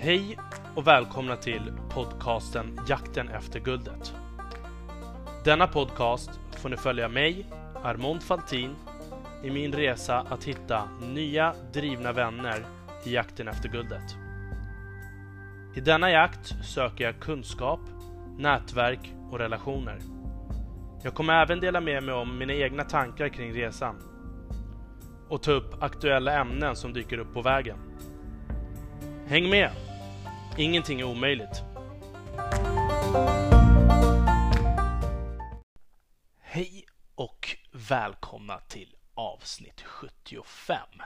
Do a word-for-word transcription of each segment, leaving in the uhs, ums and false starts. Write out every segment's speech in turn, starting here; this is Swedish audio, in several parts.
Hej och välkomna till podcasten Jakten efter guldet. Denna podcast får ni följa mig, Armond Faltin, i min resa att hitta nya drivna vänner i jakten efter guldet. I denna jakt söker jag kunskap, nätverk och relationer. Jag kommer även dela med mig om mina egna tankar kring resan och ta upp aktuella ämnen som dyker upp på vägen. Häng med! Ingenting är omöjligt. Hej och välkomna till avsnitt sjuttiofem.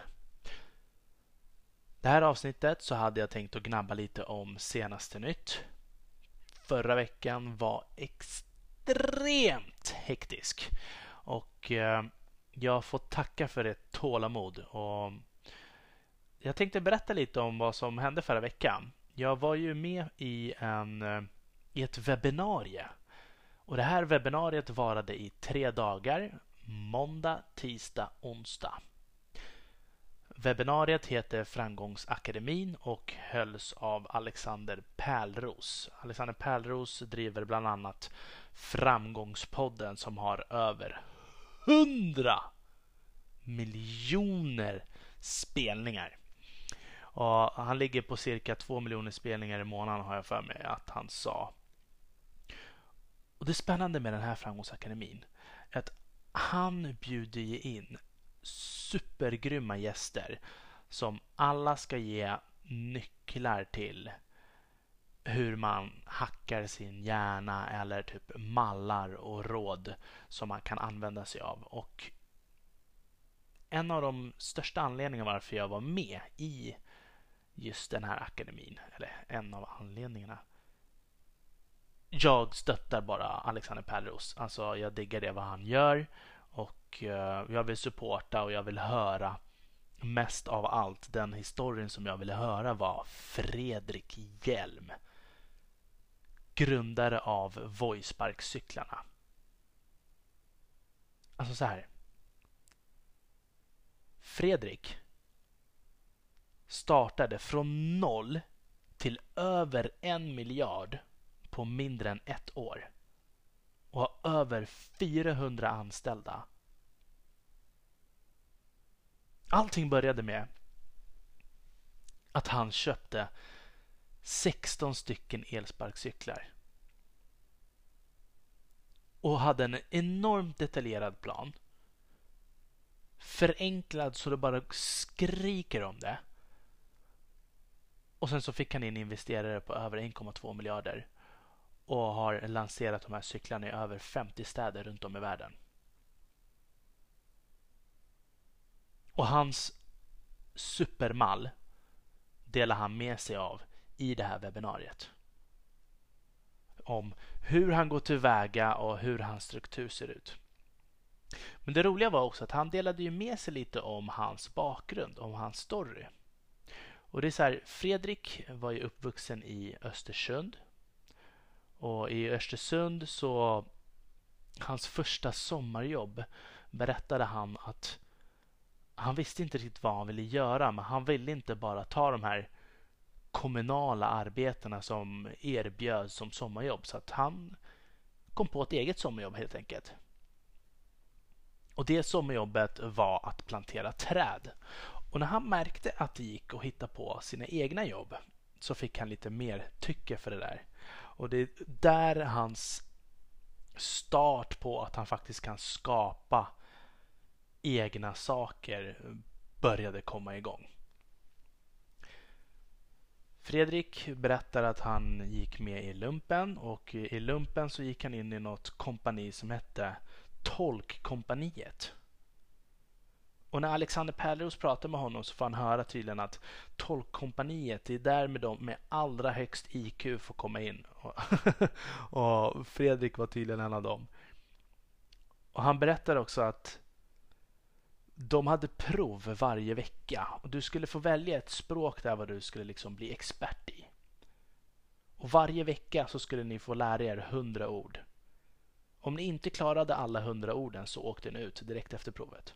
Det här avsnittet så hade jag tänkt att gnabba lite om senaste nytt. Förra veckan var extremt hektisk och eh, jag får tacka för ert tålamod. Och jag tänkte berätta lite om vad som hände förra veckan. Jag var ju med i, en, i ett webbinarie. Och det här webbinariet varade i tre dagar. Måndag, tisdag, onsdag. Webbinariet heter Framgångsakademin och hölls av Alexander Pärlros. Alexander Pärlros driver bland annat Framgångspodden som har över hundra miljoner spelningar. Och han ligger på cirka två miljoner spelningar i månaden, har jag för mig att han sa. Och det spännande med den här Framgångsakademin är att han bjuder in supergrymma gäster som alla ska ge nycklar till hur man hackar sin hjärna eller typ mallar och råd som man kan använda sig av. Och en av de största anledningarna varför jag var med i just den här akademin, eller en av anledningarna, jag stöttar bara Alexander Pärlros. Alltså jag diggar det vad han gör och uh, jag vill supporta och jag vill höra mest av allt. Den historien som jag ville höra var Fredrik Hjelm, grundare av Voisparkcyklarna. Alltså så här. Fredrik startade från noll till över en miljard på mindre än ett år och har över fyrahundra anställda. Allting började med att han köpte sexton stycken elsparkcyklar och hade en enormt detaljerad plan, förenklad så det bara skriker om det. Och sen så fick han in investerare på över en komma två miljarder och har lanserat de här cyklarna i över femtio städer runt om i världen. Och hans supermall delar han med sig av i det här webbinariet. Om hur han går tillväga och hur hans struktur ser ut. Men det roliga var också att han delade ju med sig lite om hans bakgrund, om hans story. Och det är så här, Fredrik var ju uppvuxen i Östersund. Och i Östersund så, hans första sommarjobb berättade han att han visste inte riktigt vad han ville göra, men han ville inte bara ta de här kommunala arbetena som erbjöds som sommarjobb. Så att han kom på ett eget sommarjobb helt enkelt. Och det sommarjobbet var att plantera träd. Och när han märkte att det gick att hitta på sina egna jobb så fick han lite mer tycke för det där. Och det är där hans start på att han faktiskt kan skapa egna saker började komma igång. Fredrik berättar att han gick med i lumpen och i lumpen så gick han in i något kompani som hette Tolkkompaniet. Och när Alexander Pärlros pratar med honom så får han höra tydligen att Tolkkompaniet är där med dem med allra högst I Q får komma in. Och Fredrik var tydligen en av dem. Och han berättar också att de hade prov varje vecka och du skulle få välja ett språk där vad du skulle liksom bli expert i. Och varje vecka så skulle ni få lära er hundra ord. Om ni inte klarade alla hundra orden så åkte ni ut direkt efter provet.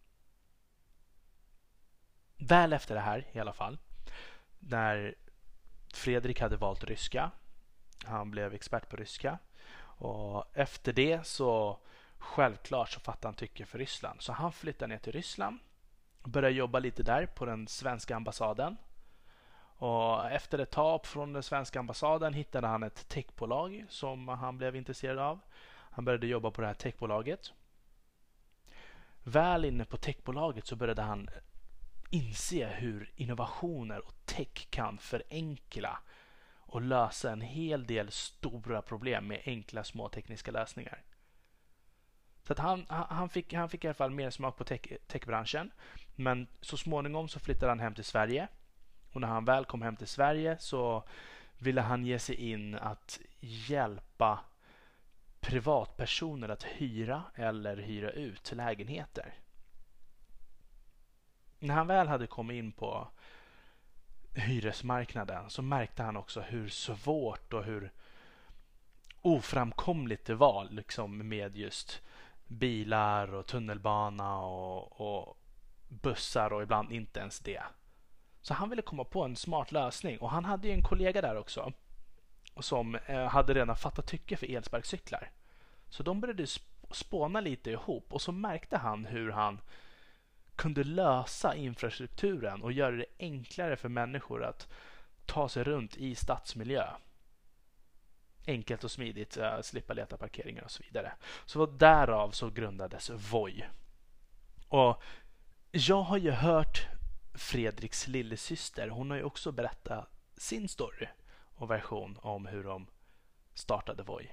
Väl efter det här i alla fall, när Fredrik hade valt ryska. Han blev expert på ryska. Och efter det så självklart så fattade han tycke för Ryssland. Så han flyttade ner till Ryssland. Började jobba lite där på den svenska ambassaden. Och efter ett tag från den svenska ambassaden hittade han ett techbolag som han blev intresserad av. Han började jobba på det här techbolaget. Väl inne på techbolaget så började han inse hur innovationer och tech kan förenkla och lösa en hel del stora problem med enkla små tekniska lösningar. Så att han, han, fick, han fick i alla fall mer smak på tech, techbranschen. Men så småningom så flyttade han hem till Sverige. Och när han väl kom hem till Sverige så ville han ge sig in att hjälpa privatpersoner att hyra eller hyra ut lägenheter. När han väl hade kommit in på hyresmarknaden så märkte han också hur svårt och hur oframkomligt det var liksom med just bilar och tunnelbana och, och bussar och ibland inte ens det. Så han ville komma på en smart lösning och han hade ju en kollega där också som eh, hade redan fattat tycke för elsparkcyklar. Så de började spåna lite ihop och så märkte han hur han kunde lösa infrastrukturen och göra det enklare för människor att ta sig runt i stadsmiljö. Enkelt och smidigt, äh, slippa leta parkeringar och så vidare. Så därav så grundades Voi. Och jag har ju hört Fredriks lillasyster, hon har ju också berättat sin story och version om hur de startade Voi.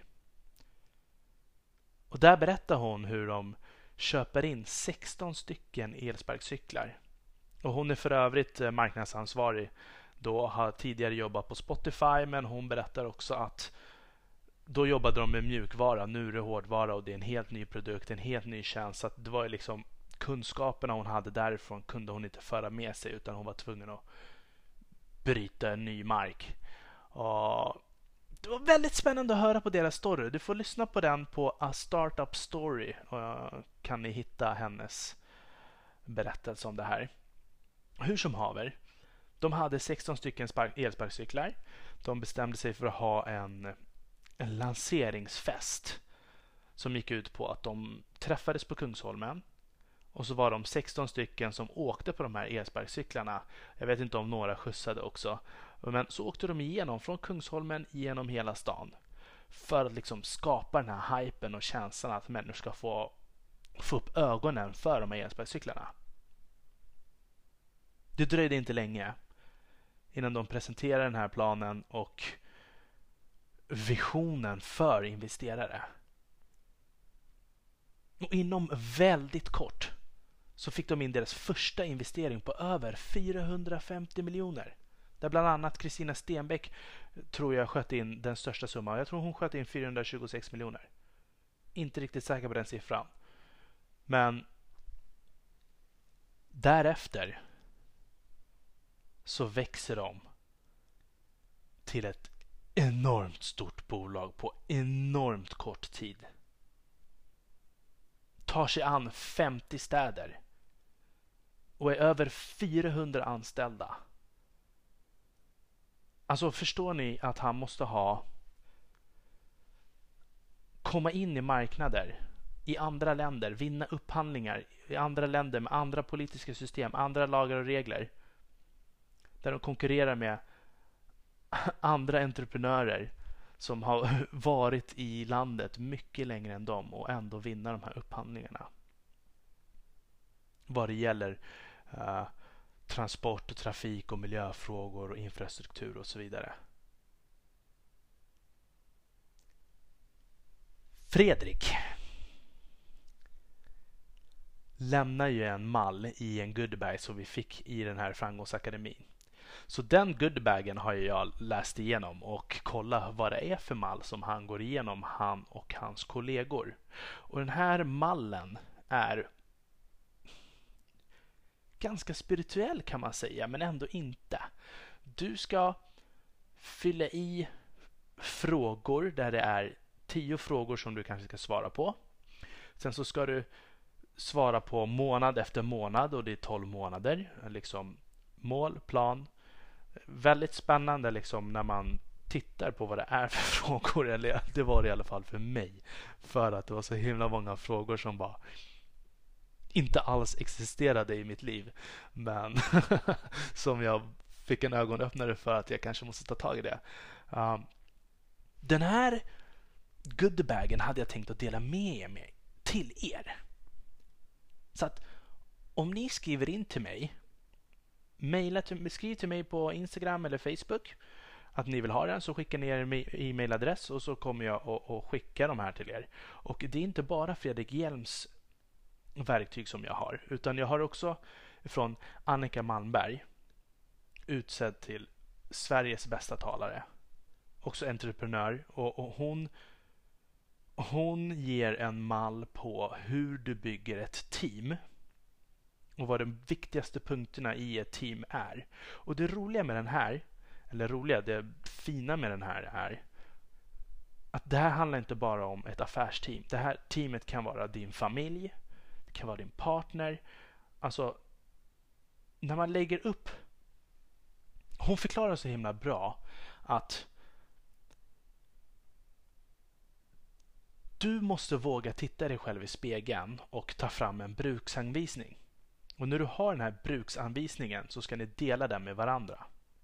Och där berättar hon hur de köper in sexton stycken elsparkcyklar. Och hon är för övrigt marknadsansvarig. Då har tidigare jobbat på Spotify, men hon berättar också att då jobbade de med mjukvara, nu är det hårdvara och det är en helt ny produkt, en helt ny tjänst. Så att det var liksom kunskaperna hon hade därifrån kunde hon inte föra med sig utan hon var tvungen att bryta en ny mark. Och det var väldigt spännande att höra på deras story. Du får lyssna på den på A Startup Story och kan ni hitta hennes berättelse om det här. Hur som haver, de hade sexton stycken elsparkcyklar. De bestämde sig för att ha en, en lanseringsfest som gick ut på att de träffades på Kungsholmen. Och så var de sexton stycken som åkte på de här elsparkcyklarna. Jag vet inte om några skjutsade också. Men så åkte de igenom från Kungsholmen genom hela stan. För att liksom skapa den här hypen och känslan att människor ska få, få upp ögonen för de här elsparkcyklarna. Det dröjde inte länge innan de presenterade den här planen och visionen för investerare. Och inom väldigt kort så fick de in deras första investering på över fyrahundrafemtio miljoner. Där bland annat Kristina Stenbeck tror jag sköt in den största summan. Jag tror hon sköt in fyrahundratjugosex miljoner. Inte riktigt säker på den siffran. Men därefter så växer de till ett enormt stort bolag på enormt kort tid. Tar sig an femtio städer och är över fyrahundra anställda. Alltså förstår ni att han måste ha komma in i marknader i andra länder, vinna upphandlingar i andra länder med andra politiska system, andra lagar och regler där de konkurrerar med andra entreprenörer som har varit i landet mycket längre än dem och ändå vinna de här upphandlingarna. Vad det gäller uh, transport och trafik och miljöfrågor och infrastruktur och så vidare. Fredrik lämnar ju en mall i en goodiebag som vi fick i den här framgångsakademin. Så den goodiebagen har jag läst igenom och kollat vad det är för mall som han går igenom, han och hans kollegor. Och den här mallen är ganska spirituell kan man säga, men ändå inte. Du ska fylla i frågor där det är tio frågor som du kanske ska svara på. Sen så ska du svara på månad efter månad och det är tolv månader. Liksom mål, plan, Väldigt spännande liksom när man tittar på vad det är för frågor. Eller det var det i alla fall för mig. För att det var så himla många frågor som bara inte alls existerade i mitt liv. Men som jag fick en ögonöppnare för att jag kanske måste ta tag i det. Um, den här goodiebagen hade jag tänkt att dela med mig till er. Så att om ni skriver in till mig, mejla till, skriv till mig på Instagram eller Facebook att ni vill ha den, så skickar ni er e-mailadress och så kommer jag att skicka de här till er. Och det är inte bara Fredrik Hjelms verktyg som jag har, utan jag har också från Annika Malmberg, utsedd till Sveriges bästa talare, också entreprenör, och, och hon hon ger en mall på hur du bygger ett team och vad de viktigaste punkterna i ett team är. Och det roliga med den här, eller roliga, det fina med den här är att det här handlar inte bara om ett affärsteam. Det här teamet kan vara din familj, det kan vara din partner. Alltså, när man lägger upp... Hon förklarar så himla bra att du måste våga titta dig själv i spegeln och ta fram en bruksanvisning. Och när du har den här bruksanvisningen så ska ni dela den med varandra.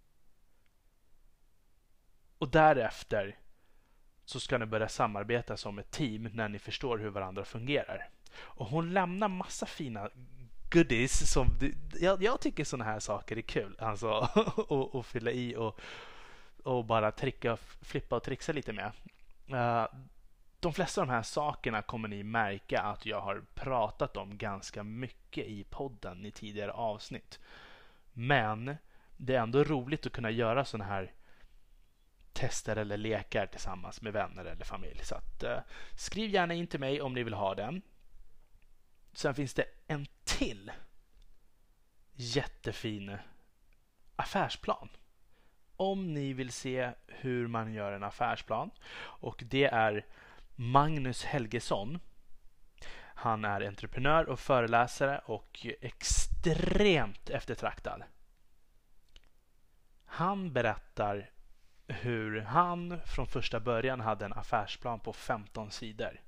Och därefter så ska ni börja samarbeta som ett team när ni förstår hur varandra fungerar. Och hon lämnar massa fina goodies som jag, jag tycker såna här saker är kul. Alltså att fylla i och, och bara tricka, flippa och trixa lite med. Uh, de flesta av de här sakerna kommer ni märka att jag har pratat om ganska mycket i podden i tidigare avsnitt. Men det är ändå roligt att kunna göra såna här tester eller lekar tillsammans med vänner eller familj. Så att, uh, skriv gärna in till mig om ni vill ha den. Sen finns det en till jättefin affärsplan. Om ni vill se hur man gör en affärsplan. Och det är Magnus Helgesson. Han är entreprenör och föreläsare och extremt eftertraktad. Han berättar hur han från första början hade en affärsplan på femton sidor.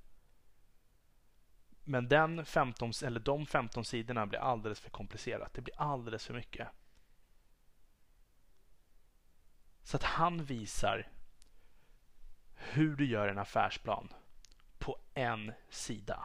Men den femton, eller de femton sidorna blir alldeles för komplicerat. Det blir alldeles för mycket. Så att han visar hur du gör en affärsplan på en sida.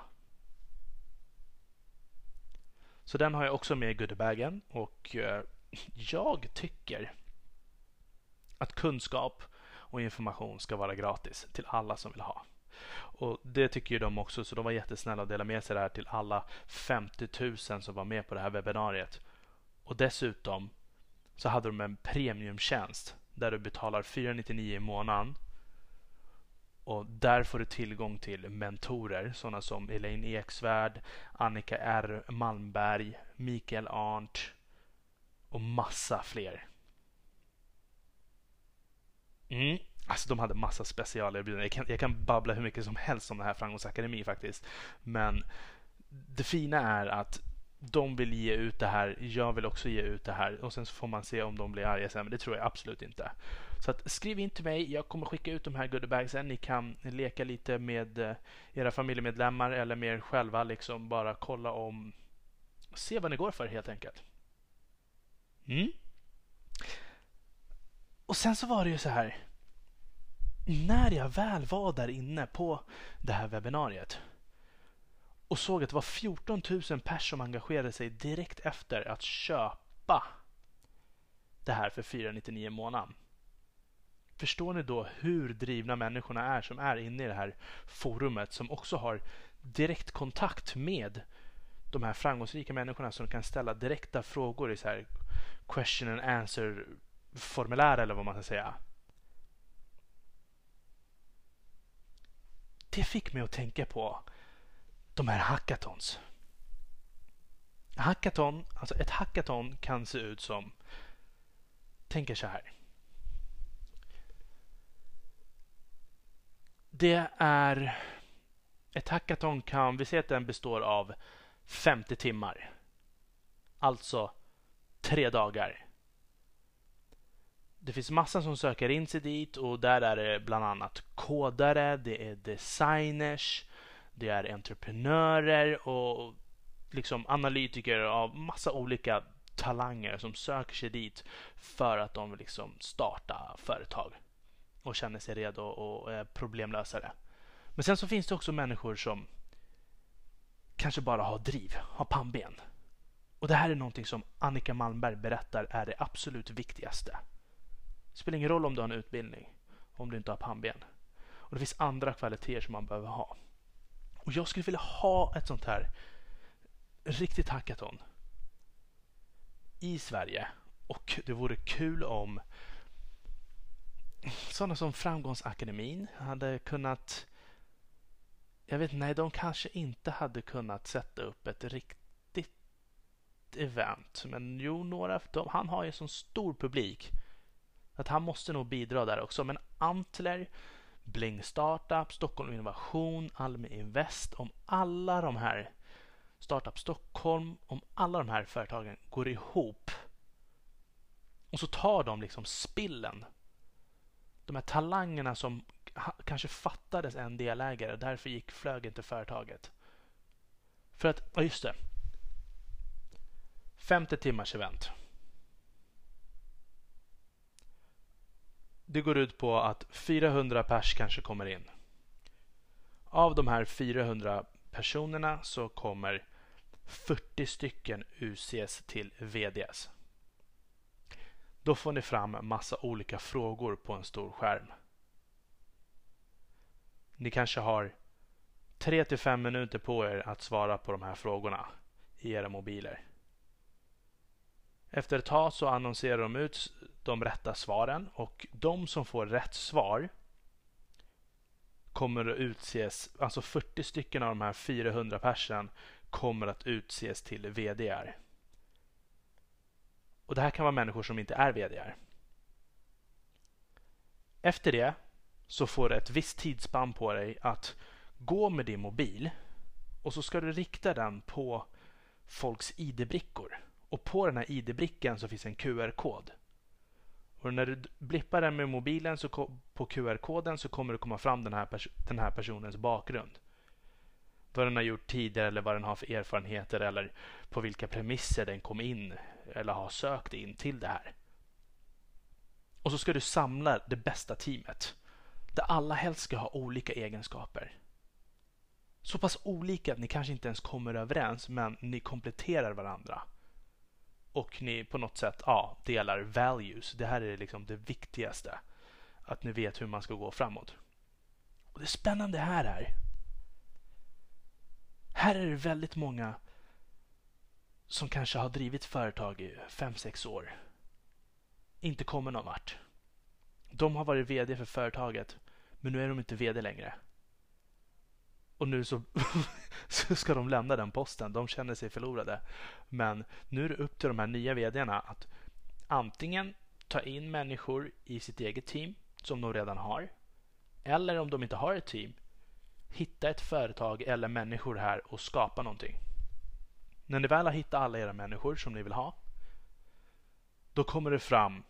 Så den har jag också med i goodiebagen. Och jag tycker att kunskap och information ska vara gratis till alla som vill ha. Och det tycker ju de också, så de var jättesnälla att dela med sig det här till alla femtio tusen som var med på det här webbinariet. Och dessutom så hade de en premiumtjänst där du betalar fyrahundranittionio i månaden. Och där får du tillgång till mentorer, sådana som Elaine Eksvärd, Annika R. Malmberg, Mikael Arndt och massa fler. Mm. Alltså de hade massa specialerbjudanden. Jag kan, jag kan babbla hur mycket som helst om det här Framgångsakademi faktiskt. Men det fina är att de vill ge ut det här. Jag vill också ge ut det här. Och sen så får man se om de blir arga sen. Men det tror jag absolut inte. Så att, skriv in till mig. Jag kommer skicka ut de här goodiebagsen. Ni kan leka lite med era familjemedlemmar eller med er själva. Liksom bara kolla om... Se vad ni går för helt enkelt. Mm. Och sen så var det ju så här. När jag väl var där inne på det här webbinariet och såg att det var fjorton tusen personer som engagerade sig direkt efter att köpa det här för fyrahundranittionio i månaden. Förstår ni då hur drivna människorna är som är inne i det här forumet, som också har direkt kontakt med de här framgångsrika människorna som kan ställa direkta frågor i så här question and answer formulär eller vad man ska säga. Det fick mig att tänka på de här hackathons. Hackathon, alltså ett hackathon kan se ut som, tänker så här. Det är ett hackathon kan, vi ser att den består av femtio timmar. Alltså tre dagar. Det finns massa som söker in sig dit och där är det bland annat kodare, det är designers, det är entreprenörer och liksom analytiker av massa olika talanger som söker sig dit för att de vill liksom starta företag och känner sig redo och är problemlösare. Men sen så finns det också människor som kanske bara har driv, har pannben. Och det här är någonting som Annika Malmberg berättar är det absolut viktigaste. Det spelar ingen roll om du har en utbildning om du inte har pannben. Och det finns andra kvaliteter som man behöver ha. Och jag skulle vilja ha ett sånt här riktigt hackathon i Sverige. Och det vore kul om sådana som Framgångsakademin hade kunnat, jag vet nej, de kanske inte hade kunnat sätta upp ett riktigt event. Men jo, några, de, han har ju så stor publik att han måste nog bidra där också. Men Antler, Bling Startup, Stockholm Innovation, Almi Invest, om alla de här Startup Stockholm, om alla de här företagen går ihop och så tar de liksom spillen, de här talangerna som kanske fattades en delägare, därför gick flög inte företaget. För att, ja just det, femtio timmars event. Det går ut på att fyrahundra pers kanske kommer in. Av de här fyrahundra personerna så kommer fyrtio stycken utses till V Ds. Då får ni fram massa olika frågor på en stor skärm. Ni kanske har tre till fem minuter på er att svara på de här frågorna i era mobiler. Efter ett tag så annonserar de ut de rätta svaren och de som får rätt svar kommer att utses, alltså fyrtio stycken av de här fyrahundra personerna kommer att utses till V D:ar. Och det här kan vara människor som inte är V D:ar. Efter det så får du ett visst tidsspann på dig att gå med din mobil och så ska du rikta den på folks I D-brickor. Och på den här I D-brickan så finns en Q R-kod. Och när du blippar den med mobilen så på Q R-koden så kommer det komma fram den här, pers- den här personens bakgrund. Vad den har gjort tidigare eller vad den har för erfarenheter eller på vilka premisser den kom in eller har sökt in till det här. Och så ska du samla det bästa teamet. Där alla helst ska ha olika egenskaper. Så pass olika att ni kanske inte ens kommer överens, men ni kompletterar varandra. Och ni på något sätt ja, delar values. Det här är liksom det viktigaste. Att ni vet hur man ska gå framåt. Och det spännande här är här är det väldigt många som kanske har drivit företag i fem sex år. Inte kommer någon vart. De har varit vd för företaget, men nu är de inte vd längre. Och nu så, så ska de lämna den posten. De känner sig förlorade. Men nu är det upp till de här nya vdarna att antingen ta in människor i sitt eget team som de redan har. Eller om de inte har ett team, hitta ett företag eller människor här och skapa någonting. När ni väl har hittat alla era människor som ni vill ha, då kommer det fram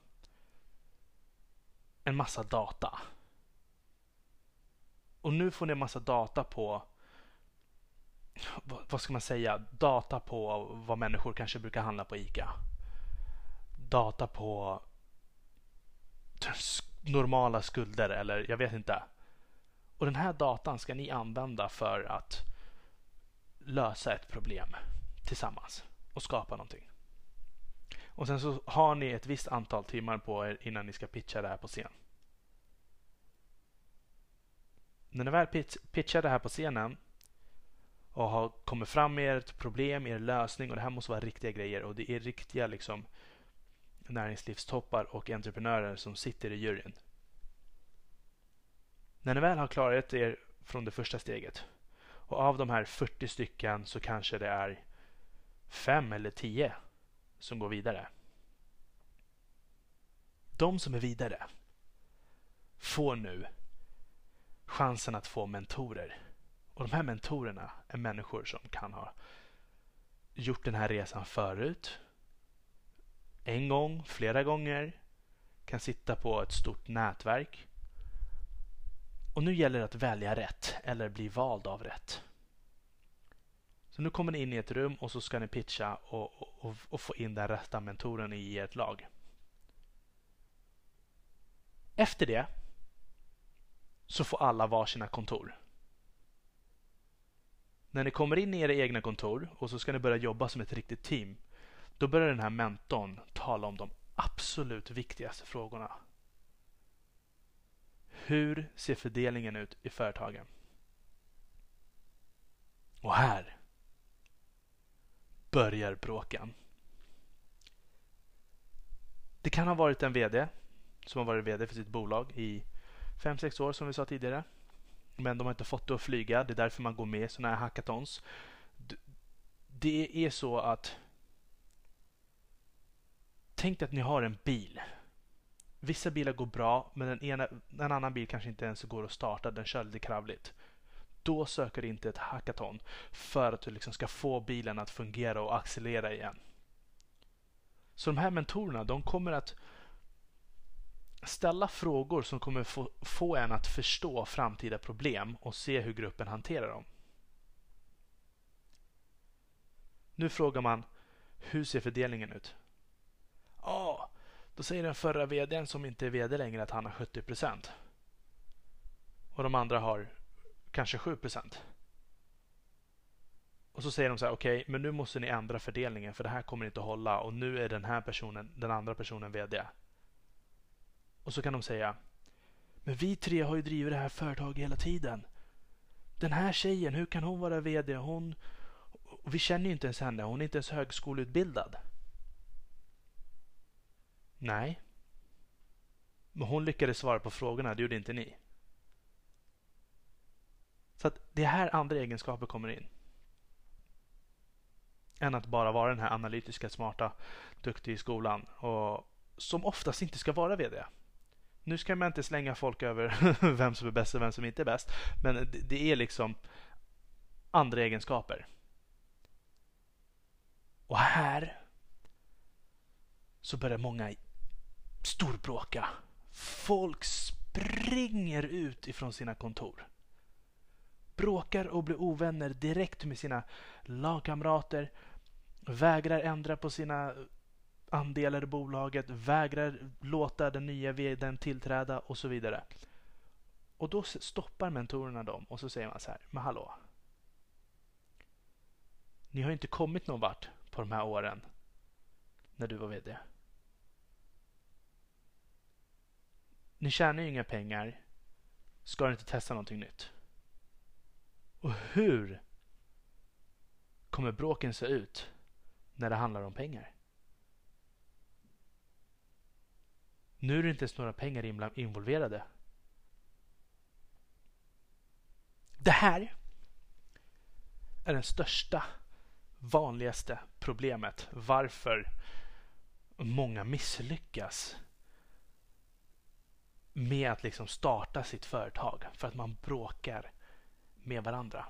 en massa data. Och nu får ni en massa data på, vad ska man säga, data på vad människor kanske brukar handla på ICA. Data på normala skulder eller jag vet inte. Och den här datan ska ni använda för att lösa ett problem tillsammans och skapa någonting. Och sen så har ni ett visst antal timmar på er innan ni ska pitcha det här på scen. När ni väl pitchar det här på scenen och har kommit fram med ert problem, er lösning, och det här måste vara riktiga grejer och det är riktiga liksom näringslivstoppar och entreprenörer som sitter i juryn. När ni väl har klarat er från det första steget och av de här fyrtio stycken så kanske det är fem eller tio som går vidare. De som är vidare får nu chansen att få mentorer. Och de här mentorerna är människor som kan ha gjort den här resan förut. En gång, flera gånger. kan sitta på ett stort nätverk. Och nu gäller det att välja rätt eller bli vald av rätt. Så nu kommer ni in i ett rum och så ska ni pitcha och, och, och få in den rätta mentoren i ert lag. Efter det så får alla varsina kontor. När ni kommer in i era egna kontor och så ska ni börja jobba som ett riktigt team, då börjar den här mentorn tala om de absolut viktigaste frågorna. Hur ser fördelningen ut i företagen? Och här börjar bråken. Det kan ha varit en vd som har varit vd för sitt bolag i fem sex år som vi sa tidigare. Men de har inte fått det att flyga. Det är därför man går med i sådana här hackathons. Det är så att tänk att ni har en bil. Vissa bilar går bra, men en, ena, en annan bil kanske inte ens går att starta. Den kör lite kravligt. Då söker du inte ett hackathon för att du liksom ska få bilen att fungera och accelerera igen. Så de här mentorerna, de kommer att ställa frågor som kommer få, få en att förstå framtida problem och se hur gruppen hanterar dem. Nu frågar man, hur ser fördelningen ut? Ja, då säger den förra vdn som inte är vd längre att han har sjuttio procent. Och de andra har kanske sju procent. Och så säger de så här, okej, okay, men nu måste ni ändra fördelningen för det här kommer inte att hålla och nu är den här personen, den andra personen vd. Och så kan de säga, men vi tre har ju drivit det här företaget hela tiden. Den här tjejen, hur kan hon vara vd? Hon, vi känner ju inte ens henne, hon är inte ens högskoleutbildad. Nej. Men hon lyckades svara på frågorna, det gjorde inte ni. Så att det här andra egenskaper kommer in. Än att bara vara den här analytiska, smarta, duktiga i skolan. Och som oftast inte ska vara vd. Nu ska man inte slänga folk över vem som är bäst och vem som inte är bäst. Men det, det är liksom andra egenskaper. Och här så börjar många storbråka. Folk springer ut ifrån sina kontor. Bråkar och blir ovänner direkt med sina lagkamrater. Vägrar ändra på sina andelar i bolaget. Vägrar låta den nya vdn tillträda och så vidare. Och då stoppar mentorerna dem och så säger man så här, men hallå. Ni har inte kommit någon vart på de här åren när du var vd. Ni tjänar ju inga pengar. Ska ni inte testa någonting nytt? Och hur kommer bråken se ut när det handlar om pengar? Nu är det inte ens några pengar involverade. Det här är den största, vanligaste problemet. Varför många misslyckas med att liksom starta sitt företag. För att man bråkar med varandra.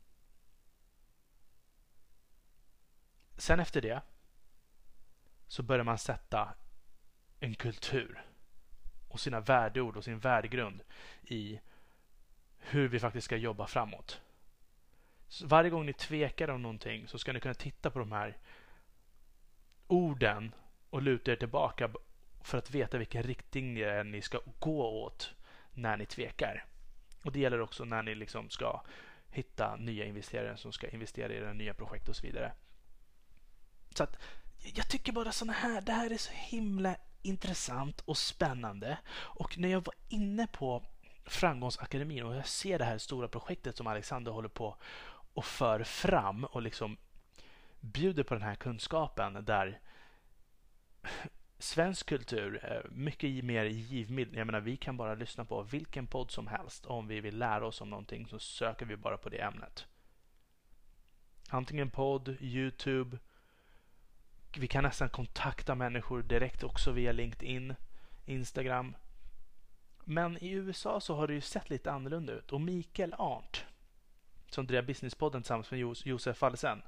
Sen efter det så börjar man sätta en kultur och sina värdeord och sin värdegrund i hur vi faktiskt ska jobba framåt. Så varje gång ni tvekar om någonting så ska ni kunna titta på de här orden och luta er tillbaka för att veta vilken riktning ni ska gå åt när ni tvekar. Och det gäller också när ni liksom ska hitta nya investerare som ska investera i det nya projekt och så vidare. Så att jag tycker bara såna här, det här är så himla intressant och spännande. Och när jag var inne på Framgångsakademin och jag ser det här stora projektet som Alexander håller på och för fram och liksom bjuder på den här kunskapen där svensk kultur är mycket mer givmild. Jag menar, vi kan bara lyssna på vilken podd som helst. Om vi vill lära oss om någonting så söker vi bara på det ämnet. Antingen podd, YouTube. Vi kan nästan kontakta människor direkt också via LinkedIn, Instagram. Men i U S A så har det ju sett lite annorlunda ut. Och Mikael Arndt, som drev Businesspodden tillsammans med Josef Fallesen,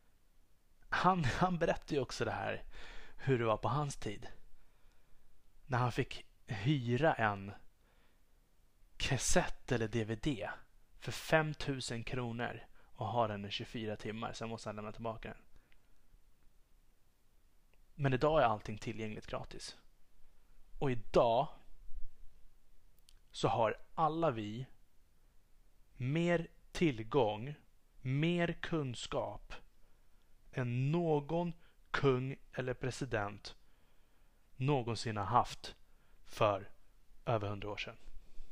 han, han berättade ju också det här hur det var på hans tid. när han fick hyra en kassett eller D V D för fem tusen kronor och ha den i tjugofyra timmar. Sen måste han lämna tillbaka den. Men idag är allting tillgängligt gratis. Och idag så har alla vi mer tillgång, mer kunskap än någon kung eller president någonsin har haft för över hundra år sedan.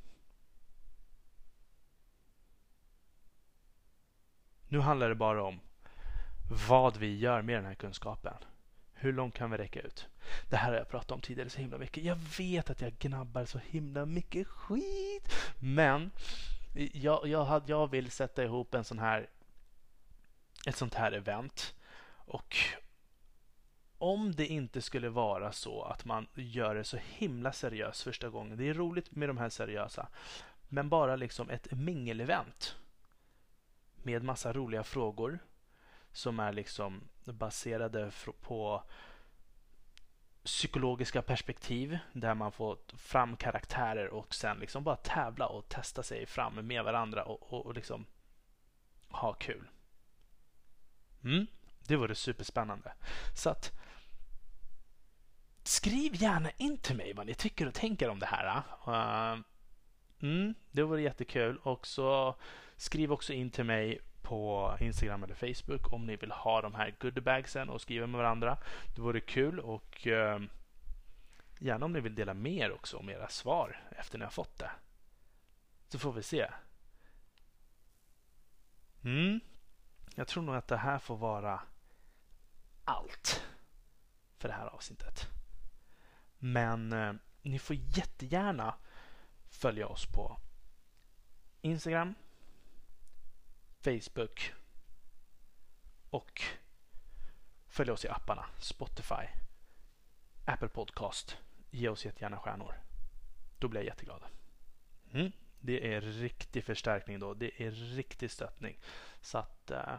Nu handlar det bara om vad vi gör med den här kunskapen. Hur långt kan vi räcka ut? Det här har jag pratat om tidigare så himla mycket. Jag vet att jag gnabbar så himla mycket skit. Men jag, jag, jag vill sätta ihop en sån här ett sånt här event. Och om det inte skulle vara så att man gör det så himla seriöst första gången. Det är roligt med de här seriösa. Men bara liksom ett mingelevent. Med massa roliga frågor. Som är liksom baserade på psykologiska perspektiv. Där man får fram karaktärer och sen liksom bara tävla och testa sig fram med varandra. Och, och, och liksom ha kul. Mm, det vore superspännande. Så att skriv gärna in till mig vad ni tycker och tänker om det här. Uh, mm, det vore jättekul. Och så skriv också in till mig på Instagram eller Facebook om ni vill ha de här goodiebagsen och skriva med varandra. Det vore kul och uh, gärna om ni vill dela med er också om era svar efter ni har fått det. Så får vi se. Mm. Jag tror nog att det här får vara allt för det här avsnittet. Men eh, ni får jättegärna följa oss på Instagram, Facebook och följa oss i apparna Spotify, Apple Podcast. Ge oss jättegärna stjärnor. Då blir jag jätteglad. Mm. Det är riktig förstärkning då. Det är riktig stöttning. Så att eh,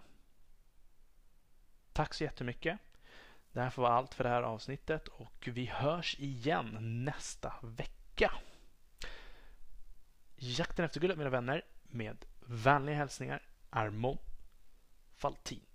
tack så jättemycket. Det här får vara allt för det här avsnittet och vi hörs igen nästa vecka. Jakten efter guldet mina vänner med vänliga hälsningar Armand Faltin.